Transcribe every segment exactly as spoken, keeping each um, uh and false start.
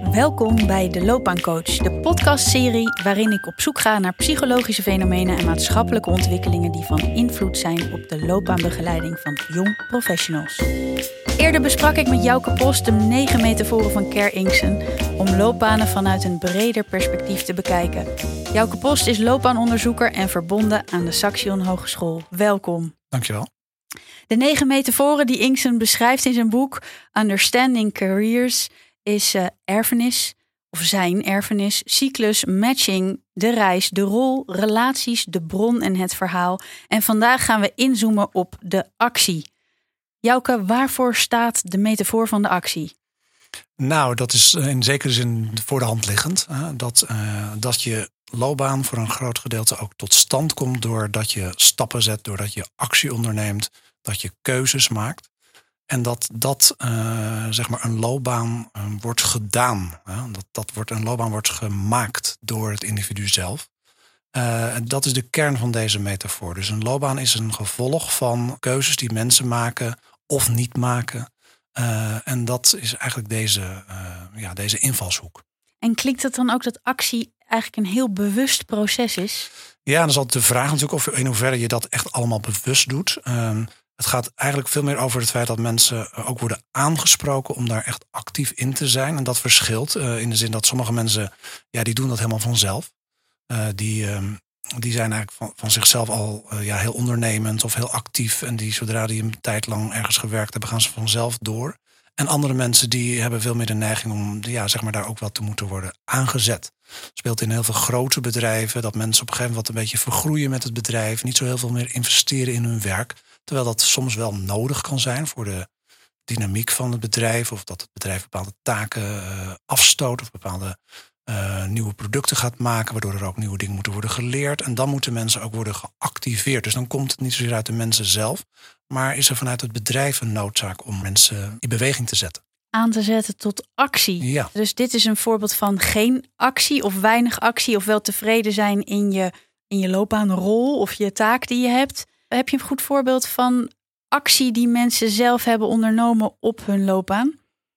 Welkom bij De Loopbaancoach, de podcastserie waarin ik op zoek ga naar psychologische fenomenen en maatschappelijke ontwikkelingen die van invloed zijn op de loopbaanbegeleiding van jong professionals. Eerder besprak ik met Jouke Post de negen metaforen van Ker Inksen om loopbanen vanuit een breder perspectief te bekijken. Jouke Post is loopbaanonderzoeker en verbonden aan de Saxion Hogeschool. Welkom. Dankjewel. De negen metaforen die Inksen beschrijft in zijn boek Understanding Careers is uh, erfenis, of zijn erfenis, cyclus, matching, de reis, de rol, relaties, de bron en het verhaal. En vandaag gaan we inzoomen op de actie. Jouke, waarvoor staat de metafoor van de actie? Nou, dat is in zekere zin voor de hand liggend. Hè? Dat, uh, dat je loopbaan voor een groot gedeelte ook tot stand komt doordat je stappen zet, doordat je actie onderneemt, dat je keuzes maakt. En dat dat uh, zeg maar een loopbaan uh, wordt gedaan. Hè? Dat, dat wordt, een loopbaan wordt gemaakt door het individu zelf. Uh, dat is de kern van deze metafoor. Dus een loopbaan is een gevolg van keuzes die mensen maken of niet maken. Uh, en dat is eigenlijk deze, uh, ja, deze invalshoek. En klinkt het dan ook dat actie eigenlijk een heel bewust proces is? Ja, dan is altijd de vraag natuurlijk of in hoeverre je dat echt allemaal bewust doet. Uh, Het gaat eigenlijk veel meer over het feit dat mensen ook worden aangesproken om daar echt actief in te zijn. En dat verschilt uh, in de zin dat sommige mensen, ja, die doen dat helemaal vanzelf. Uh, die, uh, die zijn eigenlijk van, van zichzelf al uh, ja, heel ondernemend of heel actief. En die zodra die een tijd lang ergens gewerkt hebben, gaan ze vanzelf door. En andere mensen die hebben veel meer de neiging om ja, zeg maar daar ook wel te moeten worden aangezet. Het speelt in heel veel grote bedrijven dat mensen op een gegeven moment een beetje vergroeien met het bedrijf. Niet zo heel veel meer investeren in hun werk. Terwijl dat soms wel nodig kan zijn voor de dynamiek van het bedrijf. Of dat het bedrijf bepaalde taken uh, afstoot. Of bepaalde uh, nieuwe producten gaat maken. Waardoor er ook nieuwe dingen moeten worden geleerd. En dan moeten mensen ook worden geactiveerd. Dus dan komt het niet zozeer uit de mensen zelf. Maar is er vanuit het bedrijf een noodzaak om mensen in beweging te zetten. Aan te zetten tot actie. Ja. Dus dit is een voorbeeld van geen actie of weinig actie. Of wel tevreden zijn in je, in je loopbaanrol of je taak die je hebt. Heb je een goed voorbeeld van actie die mensen zelf hebben ondernomen op hun loopbaan?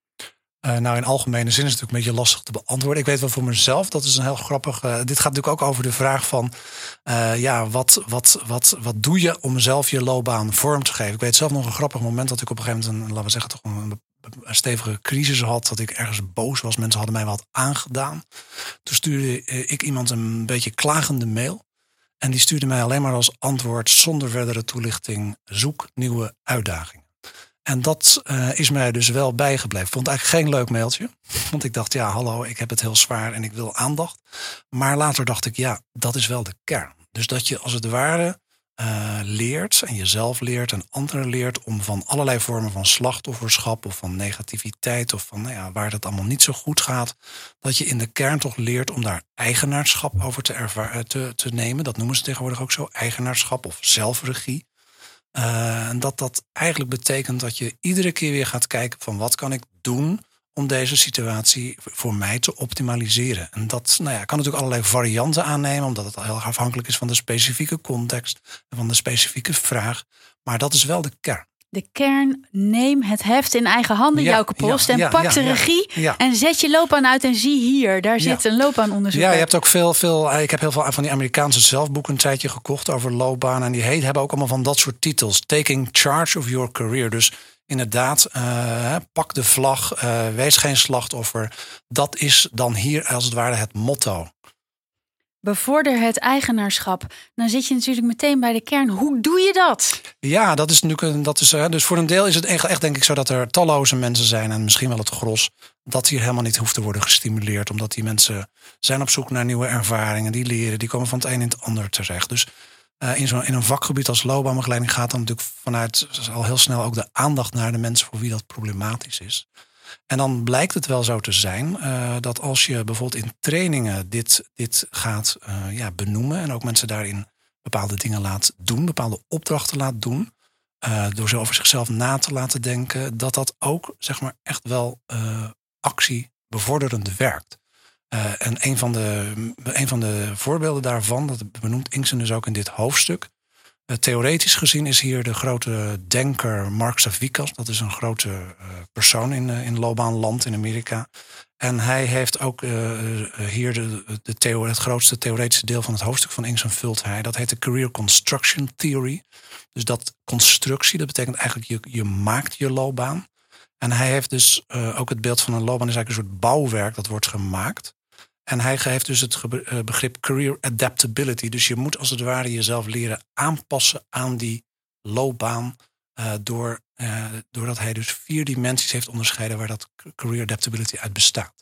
Uh, nou, in algemene zin is het natuurlijk een beetje lastig te beantwoorden. Ik weet wel voor mezelf, dat is een heel grappig. Uh, dit gaat natuurlijk ook over de vraag van, uh, ja, wat, wat, wat, wat doe je om zelf je loopbaan vorm te geven? Ik weet zelf nog een grappig moment dat ik op een gegeven moment, een, laten we zeggen, toch een, een stevige crisis had. Dat ik ergens boos was. Mensen hadden mij wat aangedaan. Toen stuurde ik iemand een beetje klagende mail. En die stuurde mij alleen maar als antwoord zonder verdere toelichting: zoek nieuwe uitdagingen. En dat uh, is mij dus wel bijgebleven. Ik vond het eigenlijk geen leuk mailtje. Want ik dacht, ja, hallo, ik heb het heel zwaar en ik wil aandacht. Maar later dacht ik, ja, dat is wel de kern. Dus dat je als het ware uh, leert en jezelf leert en anderen leert om van allerlei vormen van slachtofferschap of van negativiteit of van nou ja, waar het allemaal niet zo goed gaat, dat je in de kern toch leert om daar eigenaarschap over te, ervaren, te, te nemen. Dat noemen ze tegenwoordig ook zo, eigenaarschap of zelfregie. Uh, en dat dat eigenlijk betekent dat je iedere keer weer gaat kijken van wat kan ik doen om deze situatie voor mij te optimaliseren. En dat nou ja, kan natuurlijk allerlei varianten aannemen, omdat het heel afhankelijk is van de specifieke context en van de specifieke vraag. Maar dat is wel de kern. De kern, neem het heft in eigen handen, ja, Jouke Post. Ja, en ja, pak ja, de regie ja, ja. en zet je loopbaan uit en zie hier. Daar zit ja. een loopbaanonderzoeker. Ja, je hebt ook veel, veel. Ik heb heel veel van die Amerikaanse zelfboeken een tijdje gekocht over loopbaan. En die heet, hebben ook allemaal van dat soort titels. Taking charge of your career. Dus inderdaad, uh, pak de vlag, uh, wees geen slachtoffer. Dat is dan hier als het ware het motto. Bevorder het eigenaarschap. Dan zit je natuurlijk meteen bij de kern. Hoe doe je dat? Ja, dat is natuurlijk een, dat is, dus voor een deel is het echt, echt denk ik zo dat er talloze mensen zijn en misschien wel het gros dat hier helemaal niet hoeft te worden gestimuleerd, omdat die mensen zijn op zoek naar nieuwe ervaringen, die leren, die komen van het een in het ander terecht. Dus uh, in, zo'n, in een vakgebied als loopbaanbegeleiding gaat dan natuurlijk vanuit al heel snel ook de aandacht naar de mensen voor wie dat problematisch is. En dan blijkt het wel zo te zijn uh, dat als je bijvoorbeeld in trainingen dit, dit gaat uh, ja, benoemen en ook mensen daarin bepaalde dingen laat doen, bepaalde opdrachten laat doen, uh, door ze over zichzelf na te laten denken, dat dat ook zeg maar echt wel uh, actie bevorderend werkt. Uh, en een van, de, een van de voorbeelden daarvan, dat benoemt Inksen dus ook in dit hoofdstuk. Uh, theoretisch gezien is hier de grote denker Mark Savikas. Dat is een grote uh, persoon in, uh, in loopbaanland in Amerika. En hij heeft ook uh, hier de, de theorie, het grootste theoretische deel van het hoofdstuk van Inks vult hij. Dat heet de Career Construction Theory. Dus dat constructie, dat betekent eigenlijk je, je maakt je loopbaan. En hij heeft dus uh, ook het beeld van een loopbaan is eigenlijk een soort bouwwerk dat wordt gemaakt. En hij geeft dus het begrip career adaptability. Dus je moet als het ware jezelf leren aanpassen aan die loopbaan. Uh, door, uh, doordat hij dus vier dimensies heeft onderscheiden waar dat career adaptability uit bestaat.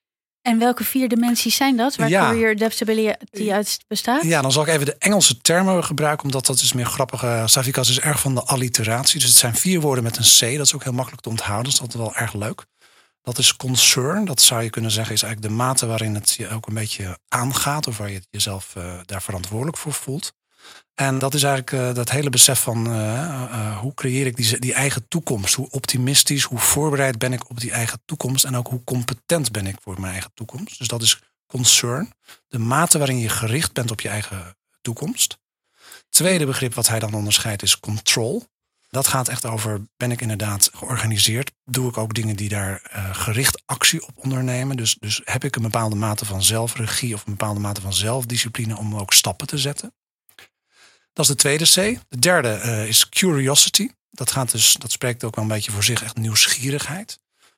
En welke vier dimensies zijn dat, waar ja. career adaptability uit bestaat? Ja, dan zal ik even de Engelse termen gebruiken, omdat dat is meer grappig. Uh, Safikas is erg van de alliteratie. Dus het zijn vier woorden met een C. Dat is ook heel makkelijk te onthouden. Dat is altijd wel erg leuk. Dat is concern. Dat zou je kunnen zeggen is eigenlijk de mate waarin het je ook een beetje aangaat. Of waar je jezelf uh, daar verantwoordelijk voor voelt. En dat is eigenlijk uh, dat hele besef van uh, uh, hoe creëer ik die, die eigen toekomst. Hoe optimistisch, hoe voorbereid ben ik op die eigen toekomst. En ook hoe competent ben ik voor mijn eigen toekomst. Dus dat is concern. De mate waarin je gericht bent op je eigen toekomst. Tweede begrip wat hij dan onderscheidt is control. Dat gaat echt over, ben ik inderdaad georganiseerd? Doe ik ook dingen die daar uh, gericht actie op ondernemen? Dus, dus heb ik een bepaalde mate van zelfregie of een bepaalde mate van zelfdiscipline om ook stappen te zetten? Dat is de tweede C. De derde uh, is curiosity. Dat, gaat dus, dat spreekt ook wel een beetje voor zich, echt nieuwsgierigheid.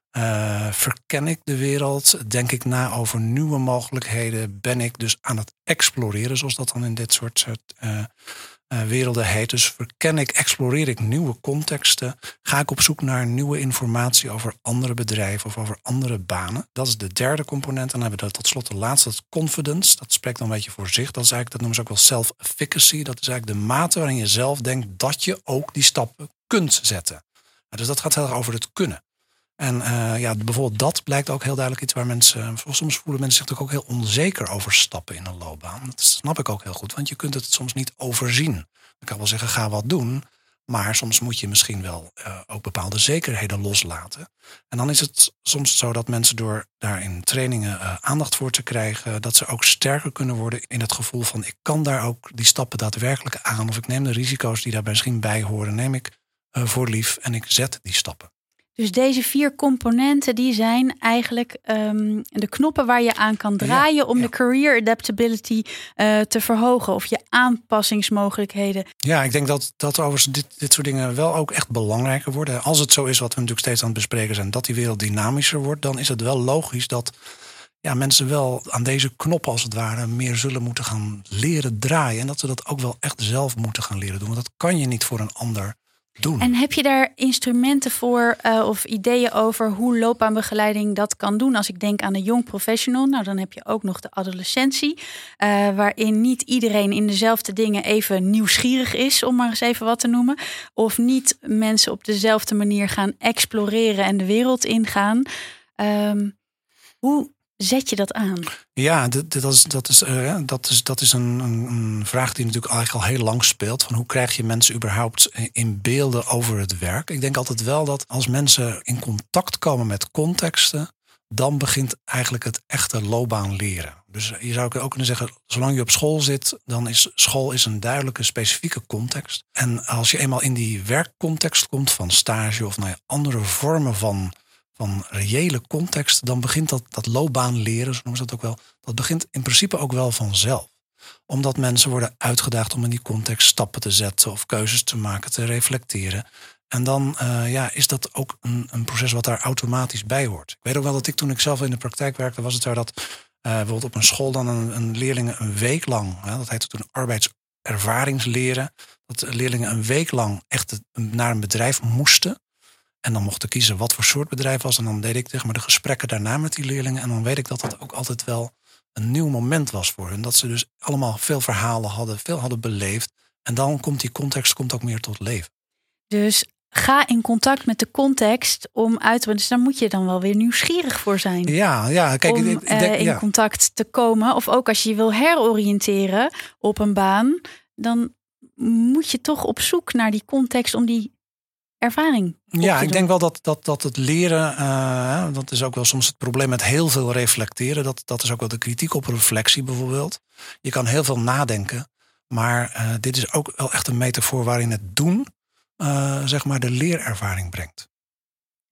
Uh, verken ik de wereld? Denk ik na over nieuwe mogelijkheden? Ben ik dus aan het exploreren, zoals dat dan in dit soort, soort uh, uh, werelden heet. Dus verken ik, exploreer ik nieuwe contexten? Ga ik op zoek naar nieuwe informatie over andere bedrijven of over andere banen? Dat is de derde component. En dan hebben we tot slot de laatste, dat confidence. Dat spreekt dan een beetje voor zich. Dat is eigenlijk, dat noemen ze ook wel self-efficacy. Dat is eigenlijk de mate waarin je zelf denkt dat je ook die stappen kunt zetten. Dus dat gaat heel erg over het kunnen. En uh, ja, bijvoorbeeld dat blijkt ook heel duidelijk iets waar mensen, soms voelen mensen zich ook heel onzeker over stappen in een loopbaan. Dat snap ik ook heel goed, want je kunt het soms niet overzien. Ik kan wel zeggen, ga wat doen, maar soms moet je misschien wel uh, ook bepaalde zekerheden loslaten. En dan is het soms zo dat mensen door daar in trainingen uh, aandacht voor te krijgen, dat ze ook sterker kunnen worden in het gevoel van ik kan daar ook die stappen daadwerkelijk aan, of ik neem de risico's die daar misschien bij horen, neem ik uh, voor lief en ik zet die stappen. Dus deze vier componenten die zijn eigenlijk um, de knoppen waar je aan kan draaien ja, om ja. de career adaptability uh, te verhogen of je aanpassingsmogelijkheden. Ja, ik denk dat, dat overigens dit, dit soort dingen wel ook echt belangrijker worden. Als het zo is wat we natuurlijk steeds aan het bespreken zijn, dat die wereld dynamischer wordt, dan is het wel logisch dat ja, mensen wel aan deze knoppen als het ware meer zullen moeten gaan leren draaien. En dat ze dat ook wel echt zelf moeten gaan leren doen. Want dat kan je niet voor een ander doen. En heb je daar instrumenten voor uh, of ideeën over hoe loopbaanbegeleiding dat kan doen? Als ik denk aan de young professional, nou dan heb je ook nog de adolescentie, uh, waarin niet iedereen in dezelfde dingen even nieuwsgierig is, om maar eens even wat te noemen. Of niet mensen op dezelfde manier gaan exploreren en de wereld ingaan. Um, hoe zet je dat aan? Ja, dat, dat is, dat is, uh, dat is, dat is een, een vraag die natuurlijk eigenlijk al heel lang speelt. Van hoe krijg je mensen überhaupt in beelden over het werk? Ik denk altijd wel dat als mensen in contact komen met contexten, dan begint eigenlijk het echte loopbaan leren. Dus je zou ook kunnen zeggen, zolang je op school zit, dan is school is een duidelijke specifieke context. En als je eenmaal in die werkcontext komt van stage of nou ja, andere vormen van van reële context, dan begint dat, dat loopbaan leren, zo noemen ze dat ook wel, dat begint in principe ook wel vanzelf. Omdat mensen worden uitgedaagd om in die context stappen te zetten of keuzes te maken, te reflecteren. En dan uh, ja, is dat ook een, een proces wat daar automatisch bij hoort. Ik weet ook wel dat ik toen ik zelf in de praktijk werkte, was het zo dat uh, bijvoorbeeld op een school dan een, een leerlingen een week lang, ja, dat heette toen arbeidservaringsleren, dat leerlingen een week lang echt naar een bedrijf moesten. En dan mochten kiezen wat voor soort bedrijf was. En dan deed ik zeg maar de gesprekken daarna met die leerlingen. En dan weet ik dat dat ook altijd wel een nieuw moment was voor hun. Dat ze dus allemaal veel verhalen hadden, veel hadden beleefd. En dan komt die context komt ook meer tot leven. Dus ga in contact met de context om uit te... Dus daar moet je dan wel weer nieuwsgierig voor zijn. Ja, ja. Kijk, om ik, ik denk, uh, in ja. contact te komen. Of ook als je je wil heroriënteren op een baan, dan moet je toch op zoek naar die context om die ervaring. Ja, ik denk wel dat, dat, dat het leren, uh, dat is ook wel soms het probleem met heel veel reflecteren. Dat, dat is ook wel de kritiek op reflectie bijvoorbeeld. Je kan heel veel nadenken, maar uh, dit is ook wel echt een metafoor waarin het doen, uh, zeg maar, de leerervaring brengt.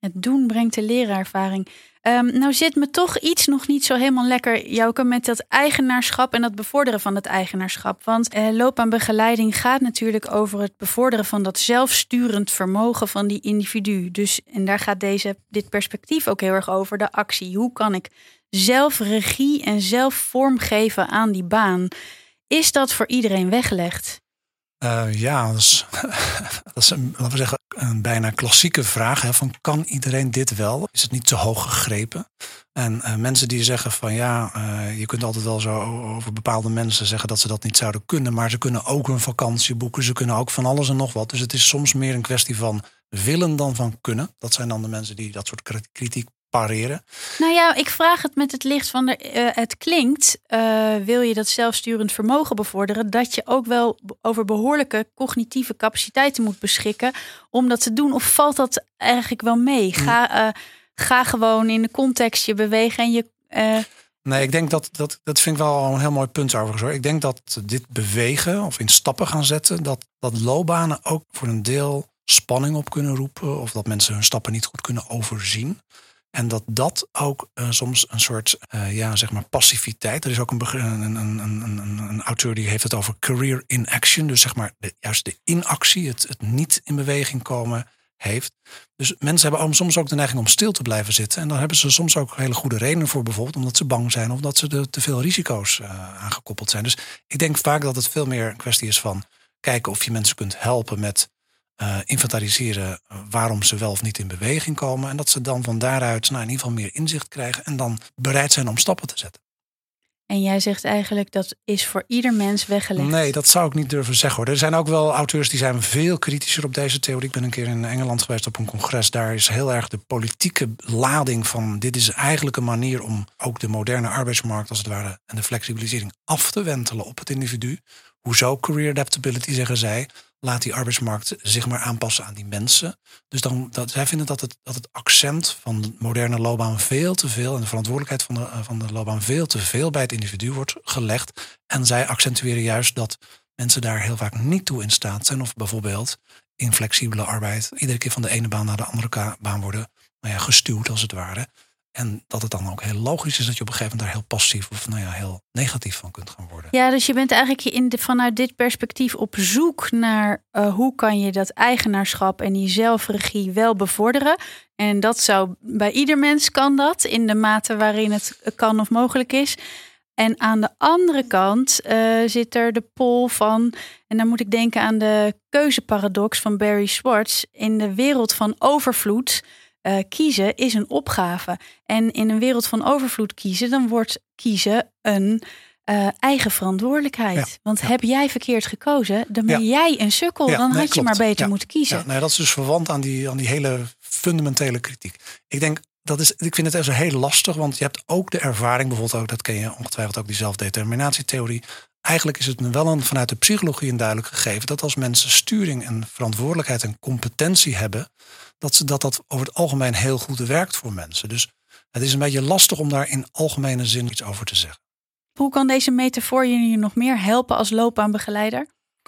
Het doen brengt de lererervaring. Um, nou zit me toch iets nog niet zo helemaal lekker, Jouke, met dat eigenaarschap en dat bevorderen van het eigenaarschap. Want uh, loopbaanbegeleiding gaat natuurlijk over het bevorderen van dat zelfsturend vermogen van die individu. Dus, en daar gaat deze, dit perspectief ook heel erg over, de actie. Hoe kan ik zelf regie en zelf vormgeven aan die baan? Is dat voor iedereen weggelegd? Uh, ja, dat is, dat is een, laten we zeggen, een bijna klassieke vraag. Hè, van kan iedereen dit wel? Is het niet te hoog gegrepen? En uh, mensen die zeggen van ja, uh, je kunt altijd wel zo over bepaalde mensen zeggen dat ze dat niet zouden kunnen. Maar ze kunnen ook een vakantie boeken. Ze kunnen ook van alles en nog wat. Dus het is soms meer een kwestie van willen dan van kunnen. Dat zijn dan de mensen die dat soort kritiek pareren. Nou ja, ik vraag het met het licht van de, uh, het klinkt, uh, wil je dat zelfsturend vermogen bevorderen, dat je ook wel over behoorlijke cognitieve capaciteiten moet beschikken om dat te doen. Of valt dat eigenlijk wel mee? Ga, uh, ga gewoon in de context je bewegen en je... Uh... Nee, ik denk dat, dat, dat vind ik wel een heel mooi punt overigens hoor. Ik denk dat dit bewegen of in stappen gaan zetten, dat, dat loopbanen ook voor een deel spanning op kunnen roepen of dat mensen hun stappen niet goed kunnen overzien. En dat dat ook uh, soms een soort uh, ja, zeg maar passiviteit. Er is ook een, een, een, een, een, een auteur die heeft het over career in action. Dus zeg maar de, juist de inactie, het, het niet in beweging komen heeft. Dus mensen hebben soms ook de neiging om stil te blijven zitten. En daar hebben ze soms ook hele goede redenen voor. Bijvoorbeeld omdat ze bang zijn of dat ze er te veel risico's uh, aangekoppeld zijn. Dus ik denk vaak dat het veel meer een kwestie is van kijken of je mensen kunt helpen met Uh, inventariseren waarom ze wel of niet in beweging komen. En dat ze dan van daaruit nou, in ieder geval meer inzicht krijgen. En dan bereid zijn om stappen te zetten. En jij zegt eigenlijk dat is voor ieder mens weggelegd. Nee, dat zou ik niet durven zeggen hoor. Er zijn ook wel auteurs die zijn veel kritischer op deze theorie. Ik ben een keer in Engeland geweest op een congres. Daar is heel erg de politieke lading van dit is eigenlijk een manier om ook de moderne arbeidsmarkt als het ware en de flexibilisering af te wentelen op het individu. Hoezo career adaptability, zeggen zij. Laat die arbeidsmarkt zich maar aanpassen aan die mensen. Dus dan, dat, zij vinden dat het, dat het accent van de moderne loopbaan veel te veel en de verantwoordelijkheid van de, van de loopbaan veel te veel bij het individu wordt gelegd. En zij accentueren juist dat mensen daar heel vaak niet toe in staat zijn. Of bijvoorbeeld in flexibele arbeid iedere keer van de ene baan naar de andere baan worden nou ja, gestuurd als het ware. En dat het dan ook heel logisch is dat je op een gegeven moment daar heel passief of nou ja, heel negatief van kunt gaan worden. Ja, dus je bent eigenlijk in de, vanuit dit perspectief op zoek naar uh, hoe kan je dat eigenaarschap en die zelfregie wel bevorderen. En dat zou bij ieder mens kan dat in de mate waarin het kan of mogelijk is. En aan de andere kant uh, zit er de pol van, en dan moet ik denken aan de keuzeparadox van Barry Schwartz. In de wereld van overvloed Uh, kiezen is een opgave. En in een wereld van overvloed kiezen, dan wordt kiezen een uh, eigen verantwoordelijkheid. Ja, Want ja. heb jij verkeerd gekozen, dan ben ja. jij een sukkel. Ja, dan nee, had klopt. je maar beter ja. moeten kiezen. Ja, nou, dat is dus verwant aan die, aan die hele fundamentele kritiek. Ik denk, dat is, ik vind het echt heel lastig, want je hebt ook de ervaring, bijvoorbeeld ook, dat ken je ongetwijfeld ook die zelfdeterminatietheorie. Eigenlijk is het wel een, vanuit de psychologie een duidelijk gegeven dat als mensen sturing en verantwoordelijkheid en competentie hebben, dat ze dat, dat over het algemeen heel goed werkt voor mensen. Dus het is een beetje lastig om daar in algemene zin iets over te zeggen. Hoe kan deze metafoor je nog meer helpen als loopbaanbegeleider?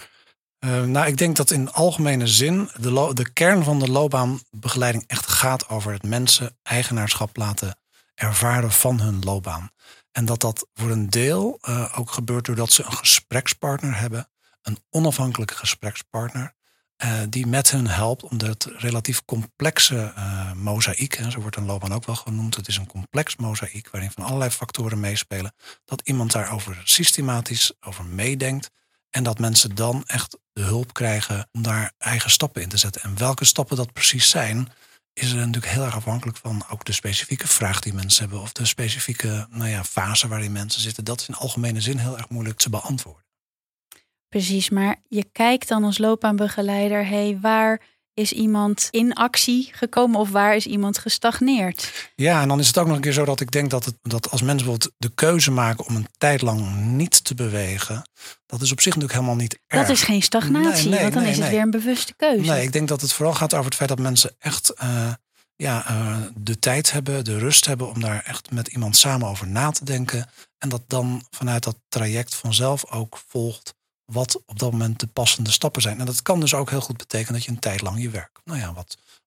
Uh, nou, ik denk dat in algemene zin de, lo- de kern van de loopbaanbegeleiding echt gaat over het mensen eigenaarschap laten ervaren van hun loopbaan. En dat dat voor een deel uh, ook gebeurt doordat ze een gesprekspartner hebben. Een onafhankelijke gesprekspartner. Uh, die met hen helpt om dat relatief complexe uh, mozaïek. Hè, zo wordt een loopbaan ook wel genoemd. Het is een complex mozaïek waarin van allerlei factoren meespelen. Dat iemand daarover systematisch over meedenkt. En dat mensen dan echt de hulp krijgen om daar eigen stappen in te zetten. En welke stappen dat precies zijn, is er natuurlijk heel erg afhankelijk van ook de specifieke vraag die mensen hebben. Of de specifieke nou ja, fase waarin mensen zitten. Dat is in algemene zin heel erg moeilijk te beantwoorden. Precies, maar je kijkt dan als loopbaanbegeleider, hey, waar is iemand in actie gekomen of waar is iemand gestagneerd? Ja, en dan is het ook nog een keer zo dat ik denk dat, het, dat als mensen bijvoorbeeld de keuze maken om een tijd lang niet te bewegen, dat is op zich natuurlijk helemaal niet erg. Dat is geen stagnatie, nee, nee, want dan nee, is het nee. weer een bewuste keuze. Nee, ik denk dat het vooral gaat over het feit dat mensen echt uh, ja, uh, de tijd hebben, de rust hebben om daar echt met iemand samen over na te denken. En dat dan vanuit dat traject vanzelf ook volgt wat op dat moment de passende stappen zijn. En dat kan dus ook heel goed betekenen dat je een tijd lang je werk nou ja, wat,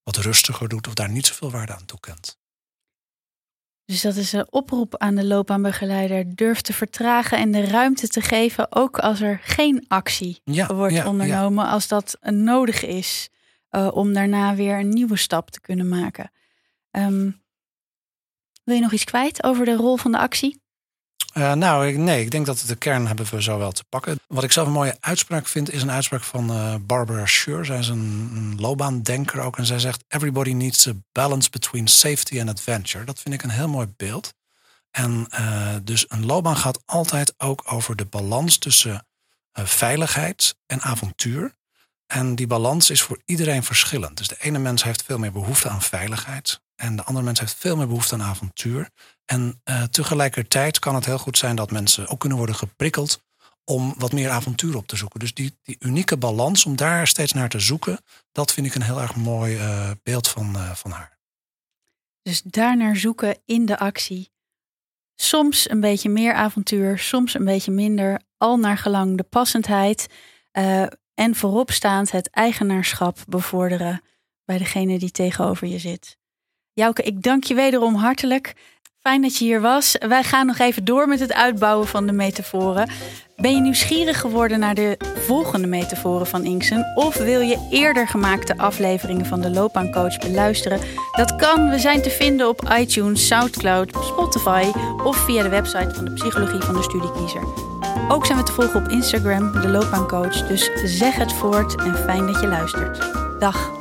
wat rustiger doet of daar niet zoveel waarde aan toekent. Dus dat is een oproep aan de loopbaanbegeleider. Durf te vertragen en de ruimte te geven, ook als er geen actie ja, wordt ja, ondernomen. Ja. Als dat nodig is uh, om daarna weer een nieuwe stap te kunnen maken. Um, wil je nog iets kwijt over de rol van de actie? Uh, nou, ik, nee, ik denk dat de kern hebben we zo wel te pakken. Wat ik zelf een mooie uitspraak vind, is een uitspraak van uh, Barbara Sher. Zij is een, een loopbaandenker ook. En zij zegt, everybody needs a balance between safety and adventure. Dat vind ik een heel mooi beeld. En uh, dus een loopbaan gaat altijd ook over de balans tussen uh, veiligheid en avontuur. En die balans is voor iedereen verschillend. Dus de ene mens heeft veel meer behoefte aan veiligheid. En de andere mens heeft veel meer behoefte aan avontuur. En uh, tegelijkertijd kan het heel goed zijn dat mensen ook kunnen worden geprikkeld om wat meer avontuur op te zoeken. Dus die, die unieke balans, om daar steeds naar te zoeken, dat vind ik een heel erg mooi uh, beeld van, uh, van haar. Dus daar naar zoeken in de actie. Soms een beetje meer avontuur, soms een beetje minder. Al naar gelang de passendheid. Uh, en vooropstaand het eigenaarschap bevorderen bij degene die tegenover je zit. Jouke, ik dank je wederom hartelijk. Fijn dat je hier was. Wij gaan nog even door met het uitbouwen van de metaforen. Ben je nieuwsgierig geworden naar de volgende metaforen van Inksen? Of wil je eerder gemaakte afleveringen van de Loopbaancoach beluisteren? Dat kan. We zijn te vinden op iTunes, Soundcloud, Spotify of via de website van de Psychologie van de Studiekiezer. Ook zijn we te volgen op Instagram, de Loopbaancoach. Dus zeg het voort en fijn dat je luistert. Dag.